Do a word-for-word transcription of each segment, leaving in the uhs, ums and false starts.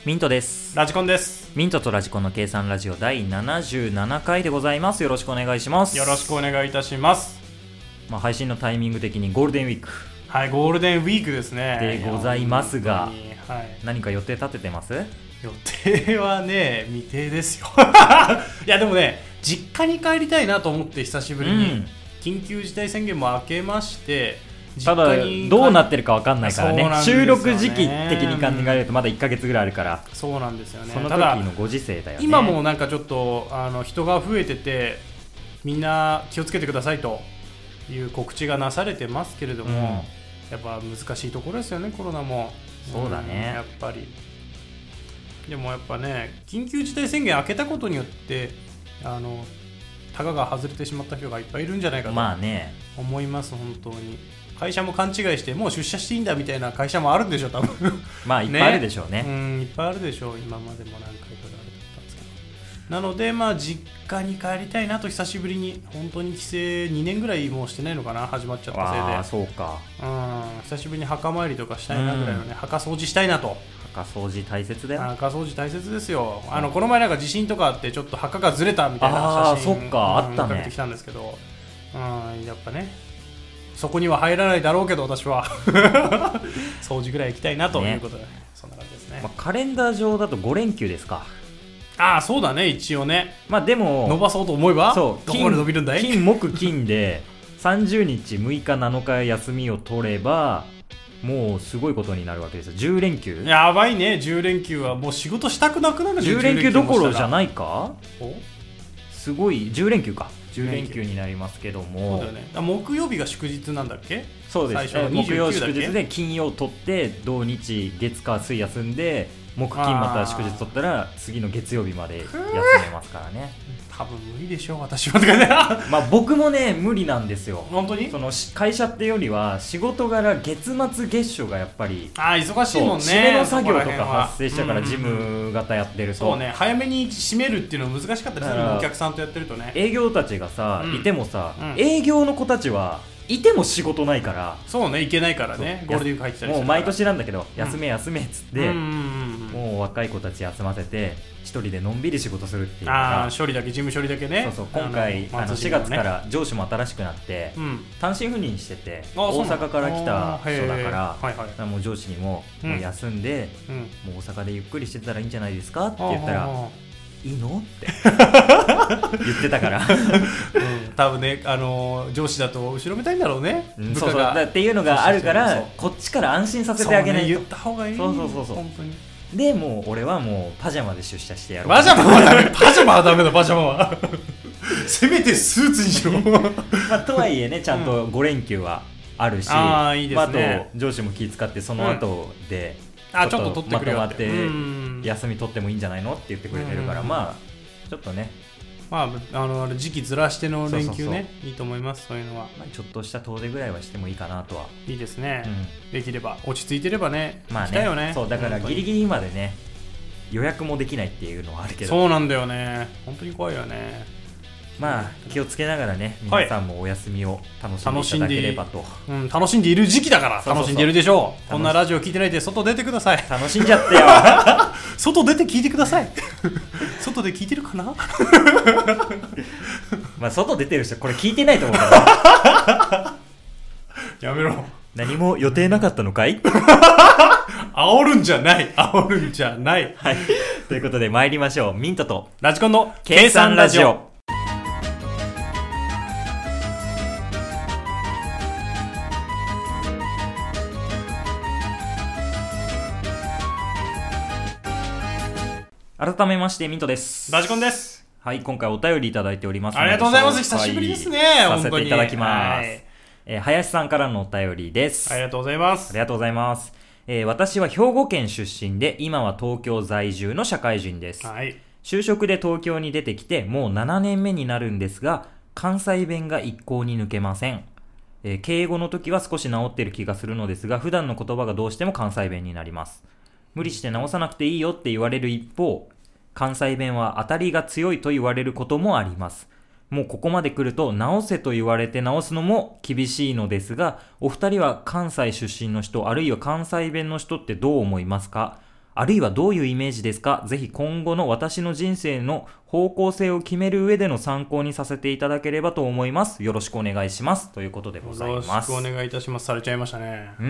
ミントです。 ラジコンです。 ミントとラジコンの計算ラジオだいななじゅうななかいでございます。よろしくお願いします。 よろしくお願いいたします。 まあ、配信のタイミング的にゴールデンウィーク、 はい、ゴールデンウィークですねでございますが、 はい、 何か予定立ててます？ 予定はね未定ですよいやでもね、実家に帰りたいなと思って久しぶりに、うん、緊急事態宣言も明けまして、 ただどうなってるか分かんないから ね, ね収録時期的に考えるとまだいっかげつぐらいあるから。 そうなんですよね。 その時のご時世だよね。 今もなんかちょっとあの人が増えてて、みんな気をつけてくださいという告知がなされてますけれども、うん、やっぱ難しいところですよね、コロナも。 そうだね、 うん、やっぱり。でもやっぱね、緊急事態宣言明けたことによってあのタガが外れてしまった人がいっぱいいるんじゃないかと思います、まあね、本当に。会社も勘違いしてもう出社していいんだみたいな会社もあるんでしょう、多分まあいっぱいあるでしょうね。 うん、いっぱいあるでしょう。今までも何回か言われてたんですけど。なのでまあ実家に帰りたいなと、久しぶりに。本当に帰省にねんぐらいもうしてないのかな、始まっちゃったせいで。 ああそうか。 うん、久しぶりに墓参りとかしたいなぐらいのね、うん、墓掃除したいなと。 墓掃除大切だよ。 墓掃除大切ですよ。あのこの前なんか地震とかあってちょっと墓がずれたみたいな写真、 ああそっか、あったね。 かけてきたんですけど、うん、やっぱねそこには入らないだろうけど私は掃除ぐらい行きたいなということで、ね、そんな感じですね。 まあ、カレンダー上だとご連休ですか。 ああそうだね、一応ね。 まあでも伸ばそうと思えばそうどこまで伸びるんだい。 金木金でさんじゅうにちむいかなのか休みを取ればもうすごいことになるわけですよ。じゅう連休。 やばいね、じゅう連休はもう仕事したくなくなるね。 じゅう連休どころじゃないか。すごいじゅう連休か。じゅう連休になりますけども、 そうだよね。木曜日が祝日なんだっけ。 そうです。最初木曜祝日で金曜取って土日月火水休んで、木金また祝日取ったら次の月曜日まで休めますからね。 多分無理でしょう、私はまあ僕もね無理なんですよ。 本当に。 その会社ってよりは仕事柄月末月初がやっぱりあー忙しいもんね。 締めの作業とか発生したから、事務型やってると、 そうね、早めに締めるっていうのは難しかったりするの、お客さんとやってるとね。 営業たちがさ、うん、いてもさ、うん、営業の子たちはいても仕事ないから。 そうね、いけないからね。ゴールデンウィーク入ってたりするから。 もう毎年なんだけど、うん、休め休めっつって、 うんうんうん、 もう若い子たち集ませて一人でのんびり仕事するっていうのが、あ処理だけ、事務処理だけね。 そうそう、今回あの、ね、しがつから上司も新しくなって、うん、単身赴任してて大阪から来た人だから、はいはい、もう上司にも、うん、もう休んで、うん、もう大阪でゆっくりしてたらいいんじゃないですかって言ったら、いいのって言ってたから、うん、 多分ね、あのー、上司だと後ろめたいんだろうね、 うん、そうそうだっていうのがあるから、そうそうそう、こっちから安心させてあげないと。 そうね、言った方がいい。 そうそうそうそう、 本当に。 でもう俺はもうパジャマで出社してやる。 パジャマはダメパジャマはダメだ、パジャマはせめてスーツにしろまあ、とはいえね、ちゃんとご連休はあるし、うん、 あーいいですね。 まあ、あと上司も気遣ってその後で、 うん、あちょっと取ってくれよって、まとまって休み取ってもいいんじゃないのって言ってくれてるから、まあちょっとね、まあ、あの時期ずらしての連休ね。そうそうそう、いいと思います、そういうのは。 まあ、ちょっとした遠出ぐらいはしてもいいかなとは。 いいですね、うん、できれば落ち着いてればね、 まあね、 来たよね。 そうだからギリギリまでね予約もできないっていうのはあるけど。 そうなんだよね、本当に怖いよね。 まあ気をつけながらね、皆さんもお休みを楽しんでいただければと、 うん、楽しんでいる時期だから楽しんでいるでしょう。こんなラジオ聞いてないで外出てください。 楽しんじゃってよ外出て聞いてください外で聞いてるかなまあ外出てる人これ聞いてないと思うからやめろ。 何も予定なかったのかい煽るんじゃない煽るんじゃない、 はい、ということで参りましょう。ミントとラジコンの計算ラジオ。 改めましてミントです。 ラジコンです。 はい、今回お便りいただいておりますので、 ありがとうございます。久しぶりですね。 させていただきます、はい。えー、林さんからのお便りです。 ありがとうございます。 ありがとうございます。えー、私は兵庫県出身で今は東京在住の社会人です、はい、就職で東京に出てきてもうななねんめになるんですが、関西弁が一向に抜けません。えー、敬語の時は少し治ってる気がするのですが、普段の言葉がどうしても関西弁になります。無理して直さなくていいよって言われる一方、関西弁は当たりが強いと言われることもあります。もうここまで来ると直せと言われて直すのも厳しいのですが、お二人は関西出身の人、あるいは関西弁の人ってどう思いますか？ あるいはどういうイメージですか？ぜひ今後の私の人生の方向性を決める上での参考にさせていただければと思います。よろしくお願いします。ということでございます。 よろしくお願いいたします。されちゃいましたね。 うん。うん、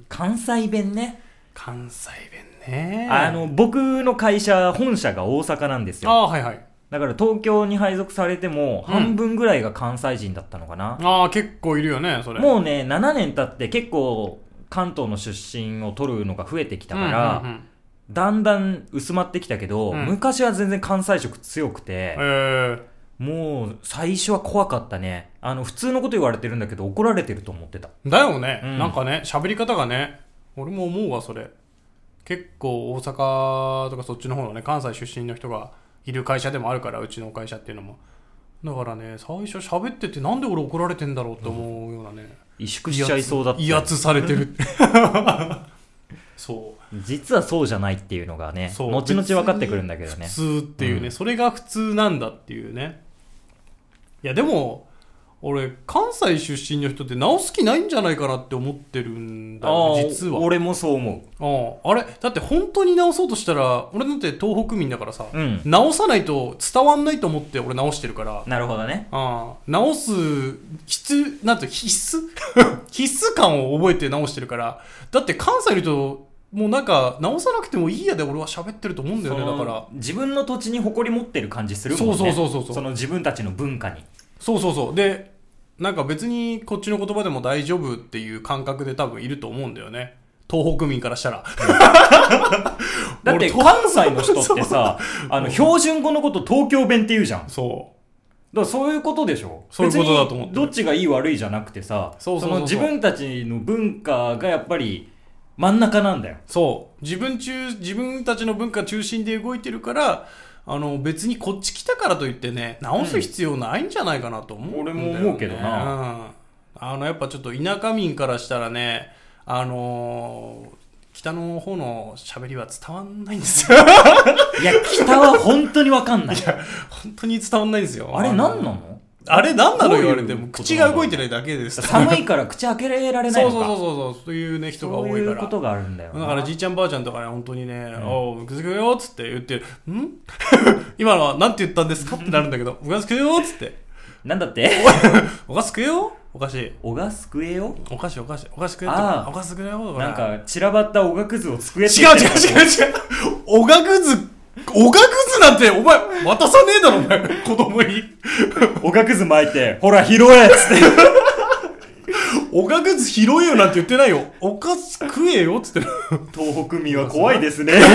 関西弁ね。 関西弁ね。 あの、僕の会社、本社が大阪なんですよ。 ああ、はいはい。 だから東京に配属されても半分ぐらいが関西人だったのかな。 うん、ああ、結構いるよね、それ。 もうね、ななねん経って結構関東の出身を取るのが増えてきたから、うんうんうん、だんだん薄まってきたけど、うん、昔は全然関西色強くて、えー、もう最初は怖かったね。あの普通のこと言われてるんだけど怒られてると思ってた。 だよね、うん、なんかね喋り方がね、俺も思うわそれ。結構大阪とかそっちの方のね関西出身の人がいる会社でもあるから、うちの会社っていうのも。だからね最初喋っててなんで俺怒られてんだろうって思うようなね、 うん、萎縮しちゃいそうだった。 威圧されてるそう実はそうじゃないっていうのがね後々分かってくるんだけどね。 普通っていうね、うん、それが普通なんだっていうね。いやでも俺関西出身の人って直す気ないんじゃないかなって思ってるんだよね実は。 俺もそう思う。ああれだって本当に直そうとしたら俺だって東北民だからさ、うん、直さないと伝わんないと思って俺直してるから。 なるほどね。 ああ直す必なんて必須必須感を覚えて直してるから。だって関西の人もうなんか直さなくてもいいやで俺は喋ってると思うんだよね。だから自分の土地に誇り持ってる感じするもんね。 そうそうそうそう。 その自分たちの文化に。 そうそうそう。でなんか別にこっちの言葉でも大丈夫っていう感覚で多分いると思うんだよね。東北民からしたら。 だって関西の人ってさ、あの標準語のこと東京弁って言うじゃん。 そう。 だからそういうことでしょ。 そういうことだと思って。 どっちがいい悪いじゃなくてさ、そうそうそうそう、その自分たちの文化がやっぱり真ん中なんだよ。 そう。自分中、自分たちの文化中心で動いてるから、あの別にこっち来たからといってね直す必要ないんじゃないかなと思うんだよね、 うん、俺も思うけどな、うん、 あのやっぱちょっと田舎民からしたらねあのー、北の方の喋りは伝わんないんですよいや北は本当に分かんない。いや本当に伝わんないんですよ。 あれ何なの？ あれ何なの言われても口が動いてないだけです。 寒いから口開けられないのか。 そうそうそうそうそういうね人が多いから。そういうことがあるんだよな。 だからじいちゃんばあちゃんとかね本当にね、うん、おうむくずくよっつって言ってる。ん今のはなんて言ったんですかってなるんだけど、おがすくよっつって。 なんだって？ おがすくよ？おかしい。 おがすくえよ？ おかしいおかしい。おかしくよとか。おがすくよとか。 なんか散らばったおがくずを机って違う違う違う違う。おがくずおがくずなんてお前渡さねえだろお前子供におがくず巻いてほら拾えっつっておがくず拾えよなんて言ってないよ。おかず食えよっつって東北民は怖いですね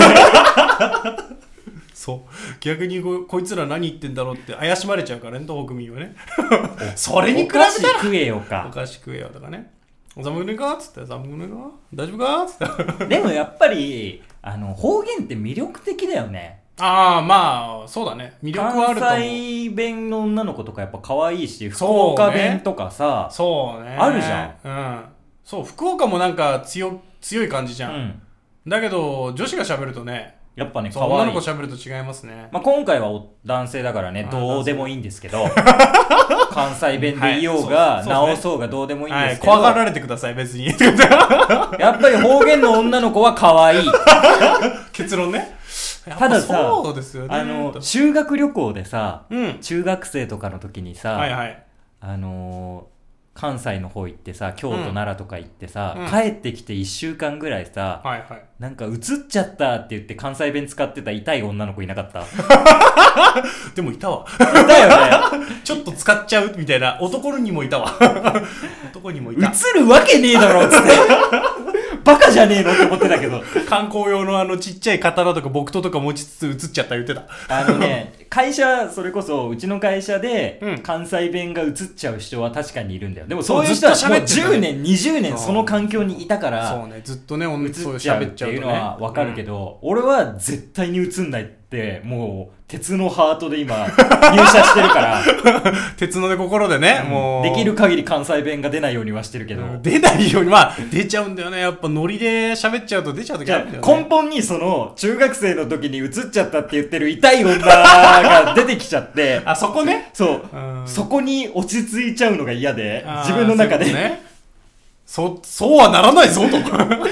そう逆に こ, こいつら何言ってんだろうって怪しまれちゃうからね東北民はねそれに比べたらお菓子食えよかお菓子食えよとかね。お寒くねえかっつって寒くねえか大丈夫かっつってでもやっぱりあの方言って魅力的だよね。 ああまあそうだね魅力はあると思う。 関西弁の女の子とかやっぱ可愛いし福岡弁とかさそうねあるじゃん。 うんそう福岡もなんか 強, 強い感じじゃん、うん、だけど女子が喋るとねやっぱね可愛い女の子喋ると違いますね。 まあ、今回は男性だからねどうでもいいんですけど関西弁でいようが、はい、そう直そうがどうでもいいんですけど、 はい、怖がられてください別にやっぱり方言の女の子は可愛い結論ね。 たださそうですよね、 あの修学旅行でさ、 うん、 中学生とかの時にさ、 はいはい、 あのー関西の方行ってさ京都、うん、奈良とか行ってさ、うん、帰ってきていっしゅうかんぐらいさ、 はいはい、 なんか映っちゃったって言って関西弁使ってた痛い女の子いなかったでもいたわいたよねちょっと使っちゃうみたいな男にもいたわ男にもいた。 映るわけねえだろっつってバカじゃねえのって思ってたけど観光用のあのちっちゃい刀とか木刀とか持ちつつ映っちゃった言ってた。 あのね会社それこそうちの会社で関西弁が映っちゃう人は確かにいるんだよ。でもそういう人はもうじゅうねんにじゅうねんその環境にいたからそうねずっとね映っちゃうっていうのは分かるけど、うん、俺は絶対に映んないってもう鉄のハートで今入社してるから鉄の心でね、 うん、 もうできる限り関西弁が出ないようにはしてるけど、うん、 出ないようにまあ出ちゃうんだよねやっぱノリで喋っちゃうと出ちゃう時あるんだよね。 根本にその中学生の時に映っちゃったって言ってる痛い女が出てきちゃってあそこねそう、うん、そこに落ち着いちゃうのが嫌で自分の中でそう、ね、そ, そうはならないぞと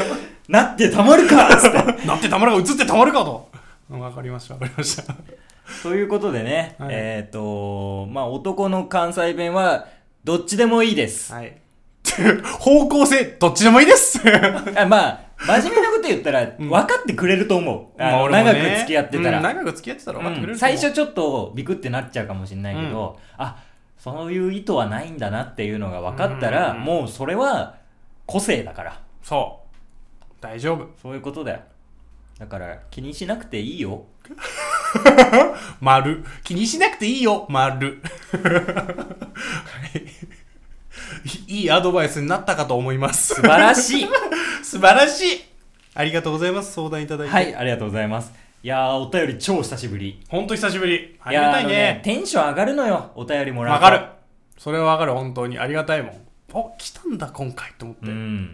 なってたまるかっつってなってたまるか映ってたまるかとわかりましたわかりましたということでね、はい、えっ、ー、とまあ男の関西弁はどっちでもいいです、 はい方向性どっちでもいいですあまあ真面目なこと言ったら分かってくれると思う、うん、あの、まあね、長く付き合ってたら、 うん、長く付き合ってたら分かってくれる、うん、 最初ちょっとビクってなっちゃうかもしれないけど、うん、あそういう意図はないんだなっていうのが分かったら、うんうんうん、もうそれは個性だから。 そう大丈夫そういうことだよ。だから気にしなくていいよ丸気にしなくていいよ丸いいアドバイスになったかと思います。 素晴らしい素晴らしい。ありがとうございます。相談いただいて。 はい、ありがとうございます。いやー、お便り超久しぶり。 ほんと久しぶり。ありがたい ね, ね。テンション上がるのよ、お便りもらうと。 わかる。それはわかる、本当に。ありがたいもん。お、来たんだ、今回と思って。うん。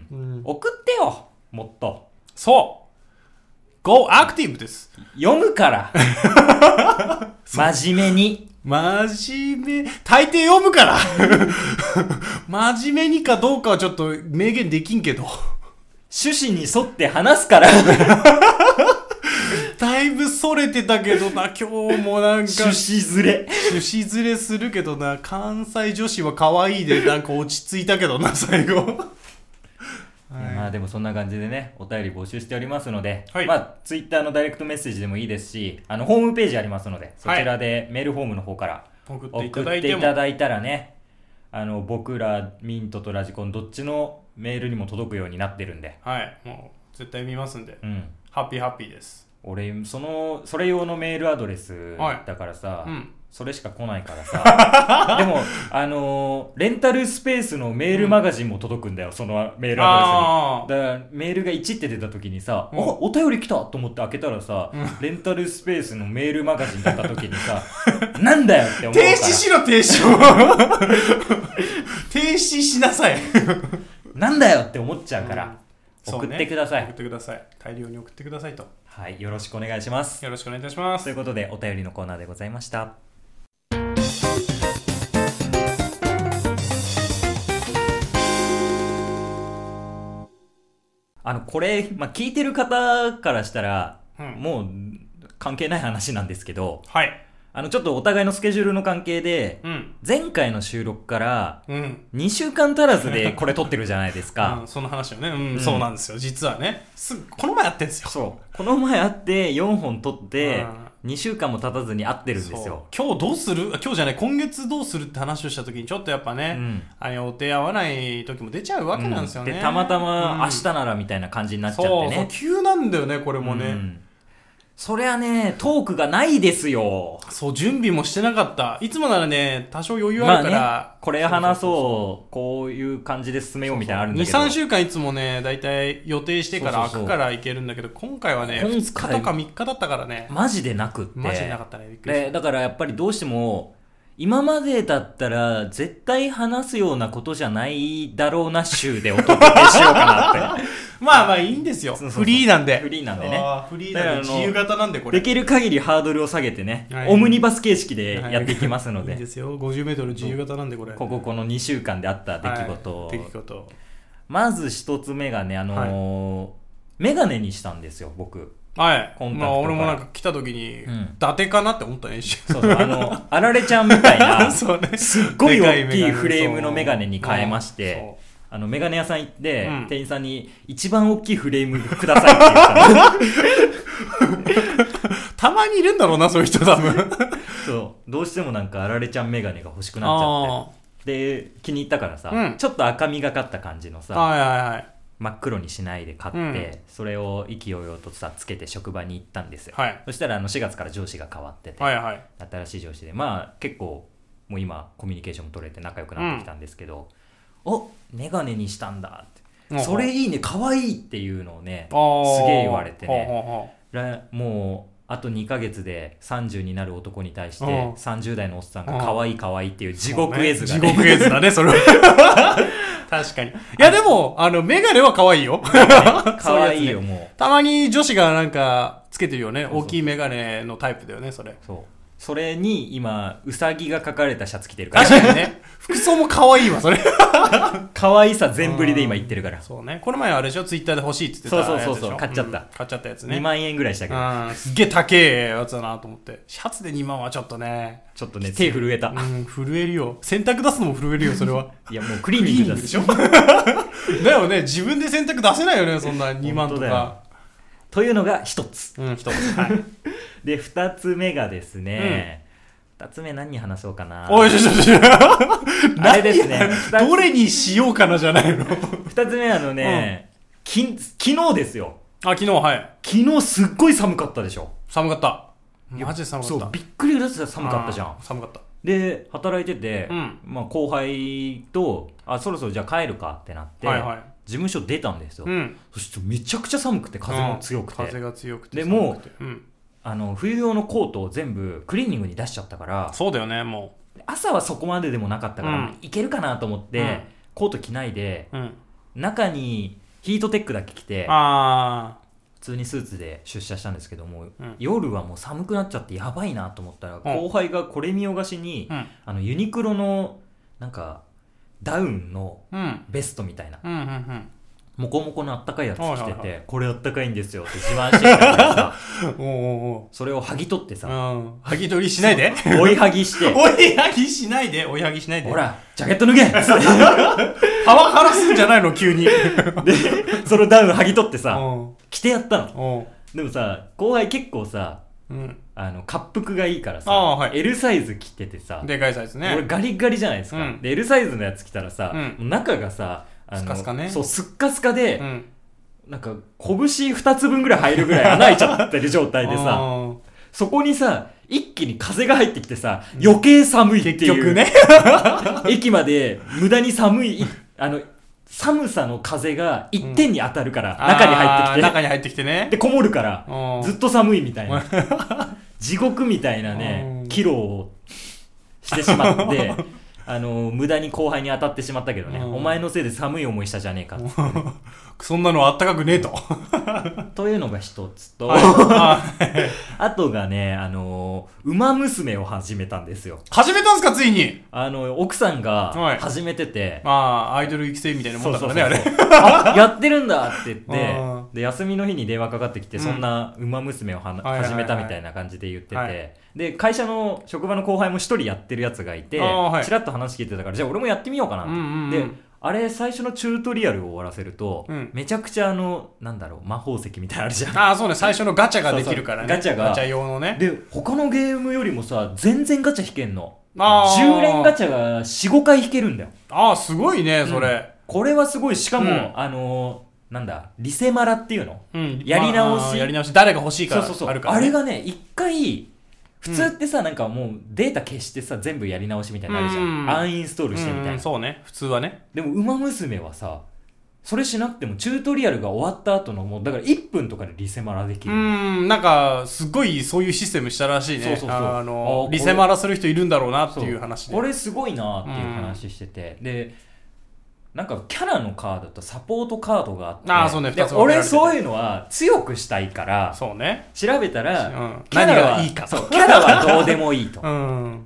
うん、送ってよ、もっと。 そう。Go Active です。 読むから。真面目に。 真面目。大抵読むから。真面目にかどうかはちょっと明言できんけど。 趣旨に沿って話すから。 だいぶそれてたけどな、今日もなんか。 趣旨ずれ。 趣旨ずれするけどな、関西女子は可愛いでなんか落ち着いたけどな、最後。 はい、まあでもそんな感じでね、お便り募集しておりますので、 はい、 まあツイッターのダイレクトメッセージでもいいですし、あのホームページありますので、そちらでメールフォームの方から送っていただいても、送っていただいたらね、あの僕らミントとラジコンどっちのメールにも届くようになってるんで、 はい、もう絶対見ますんで、うん、ハッピーハッピーです。 俺そのそれ用のメールアドレスだからさ、はい、うん、それしか来ないからさでもあのー、レンタルスペースのメールマガジンも届くんだよ、うん、そのメールアドレスに。だからメールがいちって出た時にさ、うん、お, お便り来たと思って開けたらさ、うん、レンタルスペースのメールマガジンだった時にさなんだよって思うから。 停止しろ停止停止しなさいなんだよって思っちゃうから、うん、送ってください、 ね、送ってください。大量に送ってくださいと。 はい、よろしくお願いします。 よろしくお願いいたします。 ということでお便りのコーナーでございました。あのこれ、まあ、聞いてる方からしたら、うん、もう関係ない話なんですけど、 はい、 あのちょっとお互いのスケジュールの関係で、うん、前回の収録からにしゅうかん足らずでこれ撮ってるじゃないですか、 うん、その話をね、うんうん、そうなんですよ。実はね、すこの前やってんですよ。 そうこの前会ってよんほん撮ってにしゅうかんも経たずに会ってるんですよ。 今日どうする、今日じゃない今月どうするって話をした時にちょっとやっぱね、うん、あの予定合わない時も出ちゃうわけなんですよね、 うん、でたまたま明日ならみたいな感じになっちゃってね、 うん、そうそう急なんだよねこれもね、うん、 そりゃねトークがないですよ。 そう準備もしてなかった。いつもならね多少余裕あるから、まあね、 これ話そうこういう感じで進めようみたいなのあるんだけど、 にさんしゅうかんいつもねだいたい予定してから開くからいけるんだけど、今回はねふつかとかみっかだったからねマジでなくって、 マジでなかったね。びっくりした。 だからやっぱりどうしても今までだったら絶対話すようなことじゃないだろうな週でお届けしようかなってまあまあいいんですよ。そうそうそうフリーなんで。 フリーなんでね。 フリーなんで自由形なんでこれ。 できる限りハードルを下げてね、はい、オムニバス形式でやっていきますので。 はい、いいですよ。ごじゅうメートル自由形なんでこれ。 こここのにしゅうかんであった出来事。 はい、出来事。 まず一つ目がね、あのーはい、メガネにしたんですよ僕。 はい。まあ俺もなんか来た時に、うん、伊達かなって思ったね。 そうそう、あの、あられちゃんみたいな、そうね、すっごい大きいフレームのメガネに変えまして、あのメガネ屋さん行って、うん、店員さんに一番大きいフレームくださいって言ったの。 たまにいるんだろうな、そういう人多分。 そう、どうしてもなんかあられちゃんメガネが欲しくなっちゃって。で、気に入ったからさ、うん、ちょっと赤みがかった感じのさ、 はいはいはい。 真っ黒にしないで買って、うん、それを意気揚々とさつけて職場に行ったんですよ、 はい、 そしたらあのしがつから上司が変わってて、 はいはい、 新しい上司でまあ結構もう今コミュニケーションも取れて仲良くなってきたんですけど、うん、おメガネにしたんだって、それいいね可愛いっていうのをねすげえ言われてね、もうあとにかげつでさんじゅうになる男に対してさんじゅう代のおっさんが可愛い可愛いっていう地獄絵図がね、 地獄絵図だねそれは確かに。いやでもあのメガネは可愛いよ。 可愛いよもう。 たまに女子がなんかつけてるよね。大きいメガネのタイプだよねそれ。 そう。 それに今ウサギが描かれたシャツ着てるから確かにね服装も可愛いわそれ可愛さ全振りで今言ってるから。 そうね、この前あれでしょ、ツイッターで欲しいって言ってたやつでしょ。 そうそうそうそう、買っちゃった、うん、 買っちゃったやつね。 にまんえんぐらいしたけど、 すっげえ高えやつだなと思って。シャツでにまんはちょっとね、 ちょっとね手震えた。 うん、震えるよ。洗濯出すのも震えるよそれは。 いやもうクリーニングでしょだよね、自分で洗濯出せないよねそんなにまんとか。 というのが一つ、 うん、一つ、はい、 で二つ目がですね、うん、二つ目何に話そうかな。 おいしょしょしょあれですね、 どれにしようかなじゃないの。 二つ目あのね、うん、き昨日ですよ。 あ、昨日、はい。 昨日すっごい寒かったでしょ。 寒かった。マジで寒かった。 そう、びっくりぐらい寒かったじゃん。 寒かった。 で働いてて、うん、まあ、後輩とあそろそろじゃあ帰るかってなって、はいはい、事務所出たんですよ、うん、そしてめちゃくちゃ寒くて風も強くて、 うん、風が強くてでもう、うん、あの冬用のコートを全部クリーニングに出しちゃったから。 そうだよね。もう朝はそこまででもなかったから、うん、いけるかなと思って、うん、コート着ないで、うん、中にヒートテックだけ着て、あ普通にスーツで出社したんですけども、うん、夜はもう寒くなっちゃってやばいなと思ったら、うん、後輩がこれ見よがしに、うん、あのユニクロのなんかダウンのベストみたいな、うんうんうんうん、モコモコのあったかいやつ着てて、はいはいはい、これあったかいんですよって自慢してきたからさおうおうおう、それを剥ぎ取ってさ、 うん、剥ぎ取りしないで追い剥ぎして追い剥ぎしないで追い剥ぎしないで、 ほらジャケット脱げパワハラすんじゃないの急にでそのダウン剥ぎ取ってさ着てやったの。でもさ後輩結構さ、うん、あの滑腹がいいからさ、はい、L サイズ着ててさ、 でかいサイズね、 俺ガリガリじゃないですか、うん、で L サイズのやつ着たらさ、うん、中がさあのスカスカね、 そうスッカスカで、うん、なんか拳ふたつぶんぐらい入るぐらい穴開いちゃってる状態でさそこにさ一気に風が入ってきてさ、うん、余計寒いっていう結局ね駅まで無駄に寒いあの寒さの風が一点に当たるから、うん、中に入ってきて中に入ってきてね、 でこもるからずっと寒いみたいな地獄みたいなね岐路をしてしまってあの無駄に後輩に当たってしまったけどね、お前のせいで寒い思いしたじゃねえかって、ね、 そんなのあったかくねえとというのが一つとあとがね、あのウマ娘を始めたんですよ。 始めたんすかついに。 あの奥さんが始めてて、 まあアイドル育成みたいなもんだからね。 そうそうそうそうあやってるんだって言ってで休みの日に電話かかってきて、うん、そんなウマ娘をは始めたみたいな感じで言ってて、はいはいはい、で会社の職場の後輩も一人やってるやつがいて、はい、ちらっと話聞いてたからじゃあ俺もやってみようかなって、うんうんうん、であれ最初のチュートリアルを終わらせると、うん、めちゃくちゃあのなんだろう魔法石みたいなのあるじゃん。 ああそうね、最初のガチャができるからね。 そうそうガチャがガチャ用のね。 で他のゲームよりもさ全然ガチャ引けんの。じゅう連ガチャが よん,ご 回引けるんだよ。 ああすごいねそれ、うん、 これはすごい。しかも、うん、あのー、なんだリセマラっていうの、うん、やり直し、まあ、 やり直し誰が欲しいかそうそうそうあるから、 ね、あれがね一回普通ってさ、うん、なんかもうデータ消してさ全部やり直しみたいになるじゃん、うん、アンインストールしてみたいな、うん、 そうね普通はね。 でもウマ娘はさそれしなくてもチュートリアルが終わった後のもうだからいっぷんとかでリセマラできる。 うんなんかすごいそういうシステムしたらしいね。そうそうそうあのあリセマラする人いるんだろうなっていう話で、 これすごいなっていう話してて、うん、でなんかキャラのカードとサポートカードがあって、 あそうね、 で俺そういうのは強くしたいからそうね調べたら、 うん、キャラは何がいいかそうキャラはどうでもいいと、うん、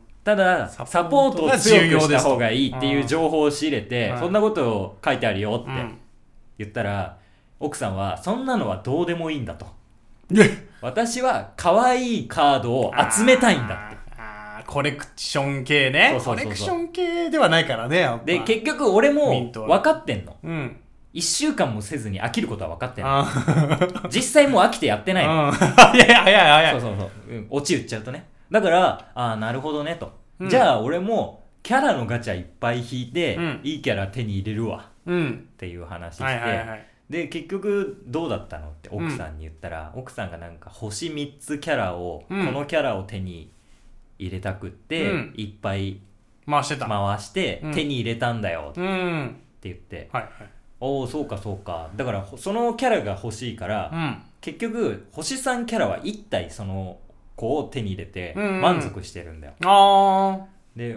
ただサポートを強くした方がいいっていう情報を仕入れて、うん、そんなことを書いてあるよって言ったら、うん、奥さんはそんなのはどうでもいいんだと私は可愛いカードを集めたいんだって。 コレクション系ね。そうそうそうそうコレクション系ではないからね。 で結局俺も分かってんの、うん、いっしゅうかんもせずに飽きることは分かってんの実際もう飽きてやってないの、うん、早い早い早いそうそうそう、うん、オチ言っちゃうとね。だからああなるほどねと、うん、じゃあ俺もキャラのガチャいっぱい引いて、うん、いいキャラ手に入れるわ、うん、っていう話して、はいはいはい、で結局どうだったのって奥さんに言ったら、うん、奥さんがなんか星みっつキャラを、うん、このキャラを手に入れたくって、うん、いっぱい回してた回して、うん、手に入れたんだよって言って、うんはいはい、おおそうかそうか。だからそのキャラが欲しいから、うん、結局星さんキャラはいったいその子を手に入れて満足してるんだよ、うんうん、あで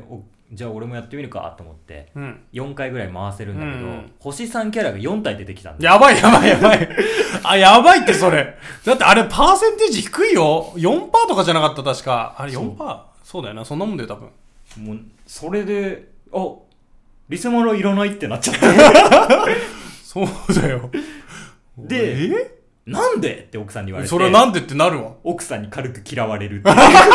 じゃあ俺もやってみるかと思って、 うん、 よんかいぐらい回せるんだけど、うん、星さんキャラがよん体出てきたんだ。 やばいやばいやばいあ、やばいってそれ。だってあれパーセンテージ低いよ。 よんパーセント とかじゃなかった確か。あれ よんパーセント？ そう、そうだよな、そんなもんだよ多分。 もうそれで、あ、リセマラいらないってなっちゃってそうだよ。 で、えなんでって奥さんに言われて。 それはなんでってなるわ。 奥さんに軽く嫌われるって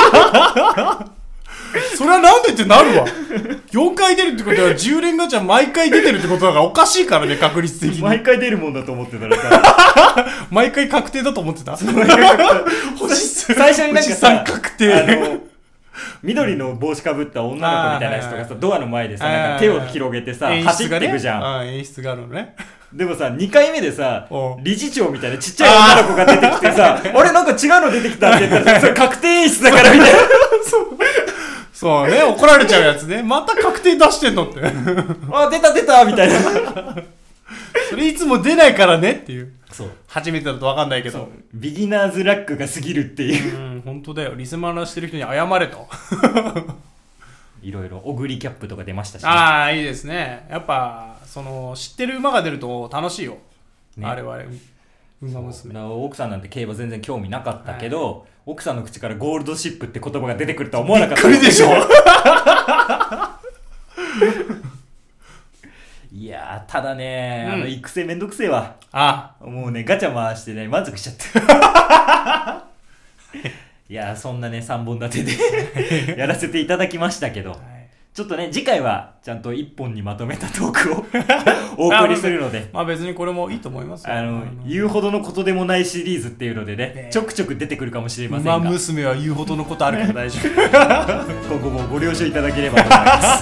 それはなんでってなるわ。よんかい出るってことはじゅう連ガチャ毎回出てるってことだからおかしいからね、確率的に。 毎回出るもんだと思ってたらさ毎回確定だと思ってた。最初になんかさ、 確定。 あの緑の帽子かぶった女の子みたいな人がさ、ドアの前でさ、なんか手を広げてさ、走っていくじゃん。 ああ、演出があるのね。 でもさ、にかいめでさ、理事長みたいなちっちゃい女の子が出てきてさ、あれなんか違うの出てきたって言ったら、それ確定演出だからみたいな。 そう。そうね、怒られちゃうやつね。また確定出してんのって。 あ、出た出たみたいな。 それいつも出ないからねっていう。 そう。 初めてだと分かんないけど。 ビギナーズラックが過ぎるっていう。 うん、本当だよ。リスマラしてる人に謝れと。 いろいろ、オグリキャップとか出ましたし、ね。 ああ、いいですね。やっぱ、その、知ってる馬が出ると楽しいよ。ね、あれは、馬娘。 奥さんなんて競馬全然興味なかったけど、はい、奥さんの口からゴールドシップって言葉が出てくるとは思わなかった。 びっくりでしょいやー、ただね、うん、あの育成めんどくせえわ。 ああもうね、ガチャ回してね、満足しちゃっていやー、そんなね、さんぼん立てでやらせていただきましたけど、はい、ちょっとね、次回はちゃんといっぽんにまとめたトークをお送りするのでまあ別にこれもいいと思いますよ。 あの言うほどのことでもないシリーズっていうのでね、ねちょくちょく出てくるかもしれませんが、 馬娘は言うほどのことあるから大丈夫今後もご了承いただければと思います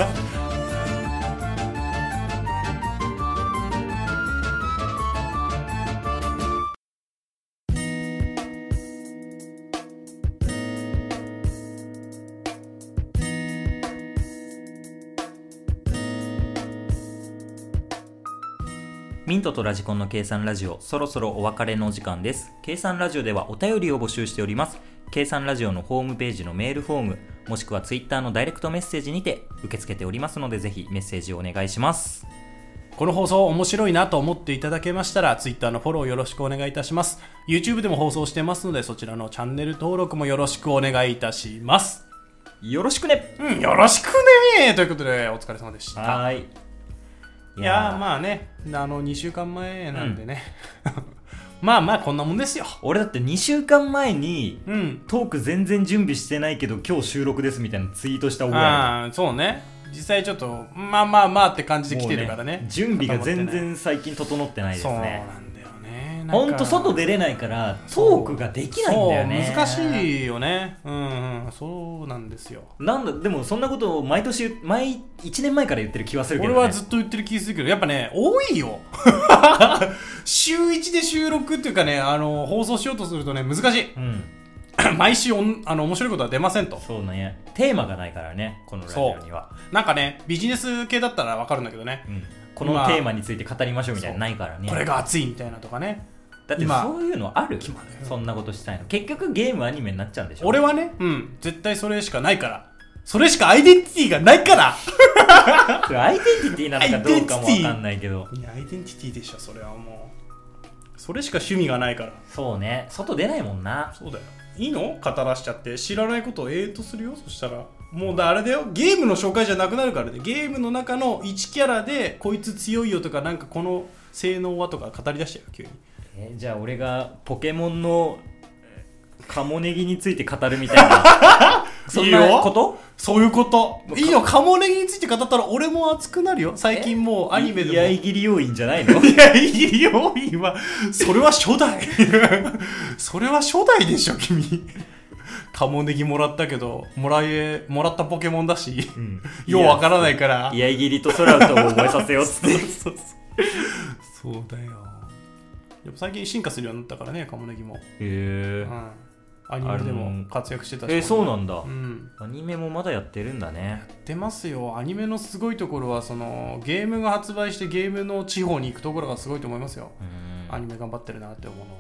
ミントとラジコンの計算ラジオ、そろそろお別れのお時間です。計算ラジオではお便りを募集しております。計算ラジオのホームページのメールフォーム、もしくはツイッターのダイレクトメッセージにて受け付けておりますので、ぜひメッセージをお願いします。 この放送面白いなと思っていただけましたら、ツイッターのフォローよろしくお願いいたします。YouTube でも放送してますので、そちらのチャンネル登録もよろしくお願いいたします。 よろしくね。 うん、よろしくねということで、お疲れ様でした。 はい。 いやーまあね、あのにしゅうかんまえなんでね、うん、まあまあこんなもんですよ。 俺だってにしゅうかんまえに、 うん、 トーク全然準備してないけど今日収録ですみたいなツイートした覚えある。 ああそうね、実際ちょっとまあまあまあって感じで来てるから ね, ね準備が全然最近整ってないですね。 そうなんだよね。 ほんと外出れないからトークができないんだよね。 難しいよね。うん、うん、そうなんですよ。 なんだでもそんなことを毎年毎いちねんまえから言ってる気はするけどね。 俺はずっと言ってる気するけど、やっぱね多いよ週いちで収録っていうかね、あの放送しようとするとね難しい、うん、毎週おんあの面白いことは出ませんと。 そうね、テーマがないからね、このラジオには。 なんかねビジネス系だったら分かるんだけどね、うん、 このテーマについて語りましょうみたいなないからね。 これが熱いみたいなとかね。 だってそういうのある？そんなことしたいの。結局ゲームアニメになっちゃうんでしょ。 俺はね、うん、絶対それしかないから。それしかアイデンティティがないからそれアイデンティティなのかどうかも分かんないけど。 いやアイデンティティでしょ、それはもう。それしか趣味がないから。 そうね、外出ないもんな。 そうだよ。いいの？語らしちゃって知らないことをええとするよ。そしたらもうだあれだよ、ゲームの紹介じゃなくなるからね。ゲームの中のいちキャラでこいつ強いよとか、なんかこの性能はとか語り出しちゃうよ急に。 えー、じゃあ俺がポケモンのカモネギについて語るみたいなそんなこと？ そういうこと。いいよ、カモネギについて語ったら俺も熱くなるよ。最近もうアニメでも居合切り要因じゃないの？ 居合切り要因はそれは初代それは初代でしょ君カモネギもらったけどもらえもらったポケモンだし、うん、ようわからないから居合切りとソラウトを覚えさせようっつってそうそうそうそうだよ。やっぱ最近進化するようになったからね、カモネギも。へえ、 うん、アニメでも活躍してたし、 えー、そうなんだ、 うん、 アニメもまだやってるんだね。 やってますよ。アニメのすごいところはそのゲームが発売してゲームの地方に行くところがすごいと思いますよ。アニメ頑張ってるなって思うのは。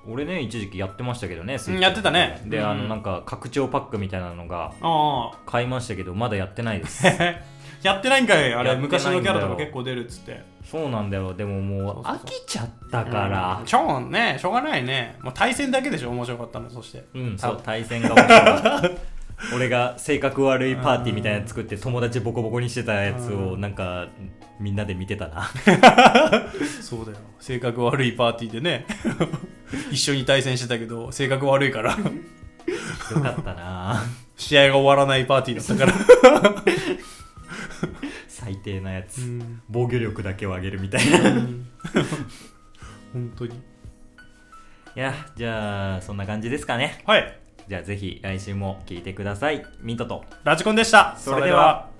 俺ね一時期やってましたけどね。 やってたね。 で、うん、あのなんか拡張パックみたいなのが買いましたけどまだやってないですやってないんかい。あれ昔のキャラとか結構出るっつって。 そうなんだよ。でももう飽きちゃったから、 うん、しょうねしょうがないね。もう対戦だけでしょ面白かったの。そしてうんそう対戦が面白かった俺が性格悪いパーティーみたいなの作って友達ボコボコにしてたやつをなんかみんなで見てたなそうだよ。性格悪いパーティーでね一緒に対戦してたけど性格悪いからよかったな。 試合が終わらないパーティーだったから最低なやつ、うん、防御力だけを上げるみたいな、うん、 本当に。いやじゃあそんな感じですかね。 はい。 じゃあぜひ来週も聞いてください。ミントとラジコンでした。 それでは。